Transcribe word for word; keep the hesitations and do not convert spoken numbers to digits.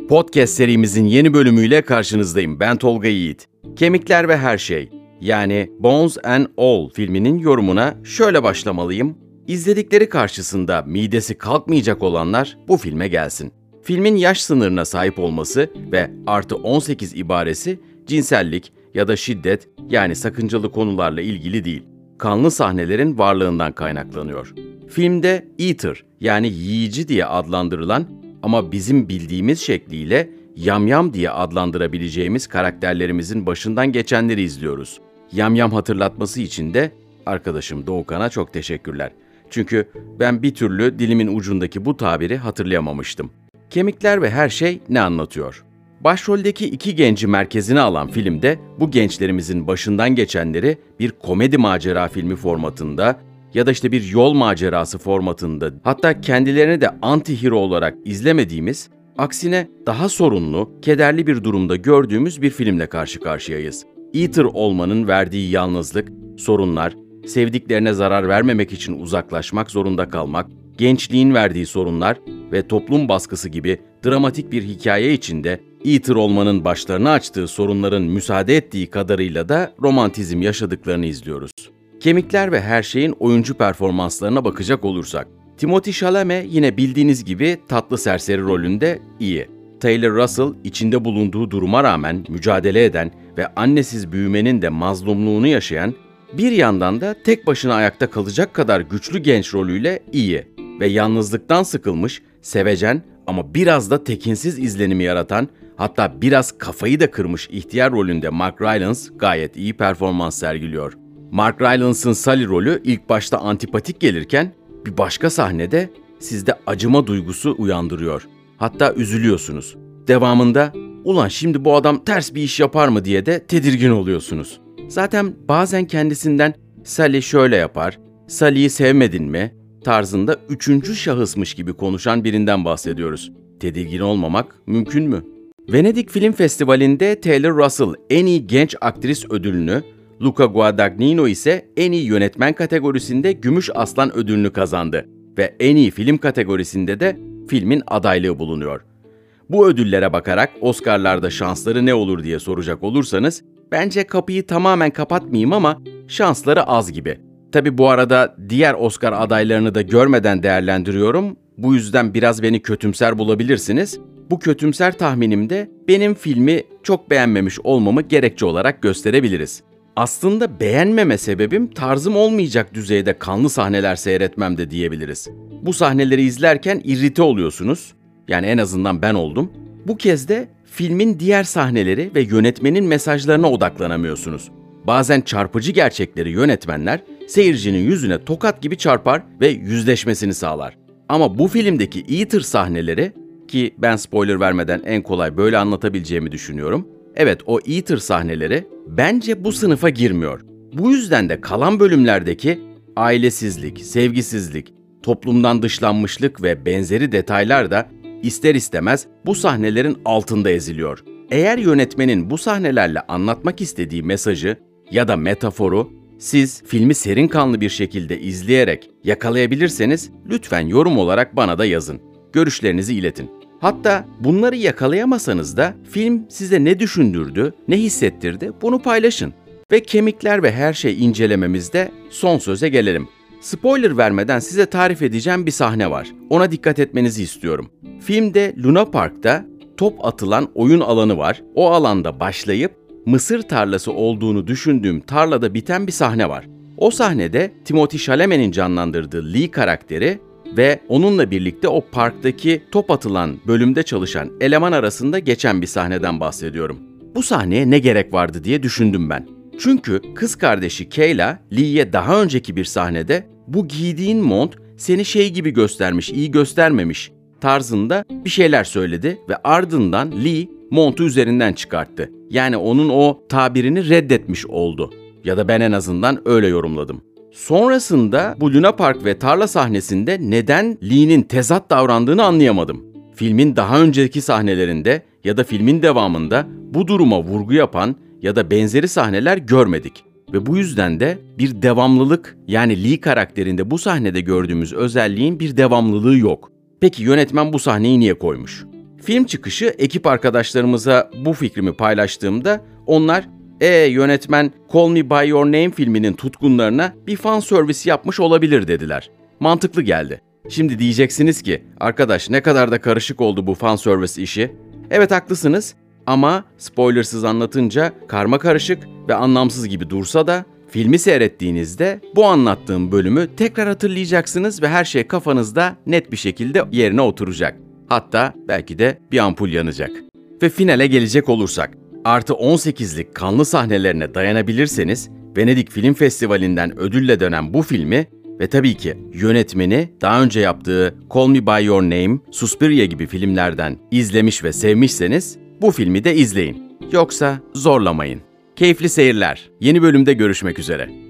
Podcast serimizin yeni bölümüyle karşınızdayım. Ben Tolga Yiğit. Kemikler ve Her Şey, yani Bones and All filminin yorumuna şöyle başlamalıyım. İzledikleri karşısında midesi kalkmayacak olanlar bu filme gelsin. Filmin yaş sınırına sahip olması ve artı on sekiz ibaresi cinsellik ya da şiddet, yani sakıncalı konularla ilgili değil. Kanlı sahnelerin varlığından kaynaklanıyor. Filmde Eater, yani yiyici diye adlandırılan ama bizim bildiğimiz şekliyle yamyam diye adlandırabileceğimiz karakterlerimizin başından geçenleri izliyoruz. Yamyam hatırlatması için de arkadaşım Doğukan'a çok teşekkürler. Çünkü ben bir türlü dilimin ucundaki bu tabiri hatırlayamamıştım. Kemikler ve Her Şey ne anlatıyor? Başroldeki iki genci merkezine alan filmde bu gençlerimizin başından geçenleri bir komedi macera filmi formatında ya da işte bir yol macerası formatında, hatta kendilerini de anti-hero olarak izlemediğimiz, aksine daha sorunlu, kederli bir durumda gördüğümüz bir filmle karşı karşıyayız. Eater olmanın verdiği yalnızlık, sorunlar, sevdiklerine zarar vermemek için uzaklaşmak zorunda kalmak, gençliğin verdiği sorunlar ve toplum baskısı gibi dramatik bir hikaye içinde Eater olmanın başlarına açtığı sorunların müsaade ettiği kadarıyla da romantizm yaşadıklarını izliyoruz. Kemikler ve Her Şey'in oyuncu performanslarına bakacak olursak, Timothée Chalamet yine bildiğiniz gibi tatlı serseri rolünde iyi. Taylor Russell içinde bulunduğu duruma rağmen mücadele eden ve annesiz büyümenin de mazlumluğunu yaşayan, bir yandan da tek başına ayakta kalacak kadar güçlü genç rolüyle iyi ve yalnızlıktan sıkılmış, sevecen ama biraz da tekinsiz izlenimi yaratan, hatta biraz kafayı da kırmış ihtiyar rolünde Mark Rylance gayet iyi performans sergiliyor. Mark Rylance'ın Sully rolü ilk başta antipatik gelirken bir başka sahnede sizde acıma duygusu uyandırıyor. Hatta üzülüyorsunuz. Devamında "Ulan şimdi bu adam ters bir iş yapar mı?" diye de tedirgin oluyorsunuz. Zaten bazen kendisinden "Sully şöyle yapar, Sully'yi sevmedin mi?" tarzında üçüncü şahısmış gibi konuşan birinden bahsediyoruz. Tedirgin olmamak mümkün mü? Venedik Film Festivali'nde Taylor Russell en iyi genç aktris ödülünü, Luca Guadagnino ise en iyi yönetmen kategorisinde Gümüş Aslan ödülünü kazandı ve en iyi film kategorisinde de filmin adaylığı bulunuyor. Bu ödüllere bakarak Oscar'larda şansları ne olur diye soracak olursanız, bence kapıyı tamamen kapatmayayım ama şansları az gibi. Tabi bu arada diğer Oscar adaylarını da görmeden değerlendiriyorum. Bu yüzden biraz beni kötümser bulabilirsiniz. Bu kötümser tahminimde benim filmi çok beğenmemiş olmamı gerekçe olarak gösterebiliriz. Aslında beğenmeme sebebim tarzım olmayacak düzeyde kanlı sahneler seyretmem de diyebiliriz. Bu sahneleri izlerken irrite oluyorsunuz. Yani en azından ben oldum. Bu kez de filmin diğer sahneleri ve yönetmenin mesajlarına odaklanamıyorsunuz. Bazen çarpıcı gerçekleri yönetmenler seyircinin yüzüne tokat gibi çarpar ve yüzleşmesini sağlar. Ama bu filmdeki Eater sahneleri, ki ben spoiler vermeden en kolay böyle anlatabileceğimi düşünüyorum. Evet, o Eater sahneleri bence bu sınıfa girmiyor. Bu yüzden de kalan bölümlerdeki ailesizlik, sevgisizlik, toplumdan dışlanmışlık ve benzeri detaylar da ister istemez bu sahnelerin altında eziliyor. Eğer yönetmenin bu sahnelerle anlatmak istediği mesajı ya da metaforu siz filmi serin kanlı bir şekilde izleyerek yakalayabilirseniz lütfen yorum olarak bana da yazın. Görüşlerinizi iletin. Hatta bunları yakalayamasanız da film size ne düşündürdü, ne hissettirdi bunu paylaşın. Ve Kemikler ve Her Şey incelememizde son söze gelelim. Spoiler vermeden size tarif edeceğim bir sahne var. Ona dikkat etmenizi istiyorum. Filmde Luna Park'ta top atılan oyun alanı var. O alanda başlayıp mısır tarlası olduğunu düşündüğüm tarlada biten bir sahne var. O sahnede Timothée Chalamet'in canlandırdığı Lee karakteri ve onunla birlikte o parktaki top atılan bölümde çalışan eleman arasında geçen bir sahneden bahsediyorum. Bu sahneye ne gerek vardı diye düşündüm ben. Çünkü kız kardeşi Kayla, Lee'ye daha önceki bir sahnede "Bu giydiğin mont seni şey gibi göstermiş, iyi göstermemiş" tarzında bir şeyler söyledi ve ardından Lee montu üzerinden çıkarttı. Yani onun o tabirini reddetmiş oldu. Ya da ben en azından öyle yorumladım. Sonrasında bu Luna Park ve tarla sahnesinde neden Lee'nin tezat davrandığını anlayamadım. Filmin daha önceki sahnelerinde ya da filmin devamında bu duruma vurgu yapan ya da benzeri sahneler görmedik. Ve bu yüzden de bir devamlılık, yani Lee karakterinde bu sahnede gördüğümüz özelliğin bir devamlılığı yok. Peki yönetmen bu sahneyi niye koymuş? Film çıkışı ekip arkadaşlarımıza bu fikrimi paylaştığımda onlar "E yönetmen Call Me By Your Name filminin tutkunlarına bir fan servisi yapmış olabilir" dediler. Mantıklı geldi. Şimdi diyeceksiniz ki, arkadaş ne kadar da karışık oldu bu fan service işi. Evet haklısınız ama spoilersız anlatınca karma karışık ve anlamsız gibi dursa da filmi seyrettiğinizde bu anlattığım bölümü tekrar hatırlayacaksınız ve her şey kafanızda net bir şekilde yerine oturacak. Hatta belki de bir ampul yanacak. Ve finale gelecek olursak, artı on sekizlik kanlı sahnelerine dayanabilirseniz Venedik Film Festivali'nden ödülle dönen bu filmi ve tabii ki yönetmeni daha önce yaptığı Call Me By Your Name, Suspiria gibi filmlerden izlemiş ve sevmişseniz bu filmi de izleyin. Yoksa zorlamayın. Keyifli seyirler. Yeni bölümde görüşmek üzere.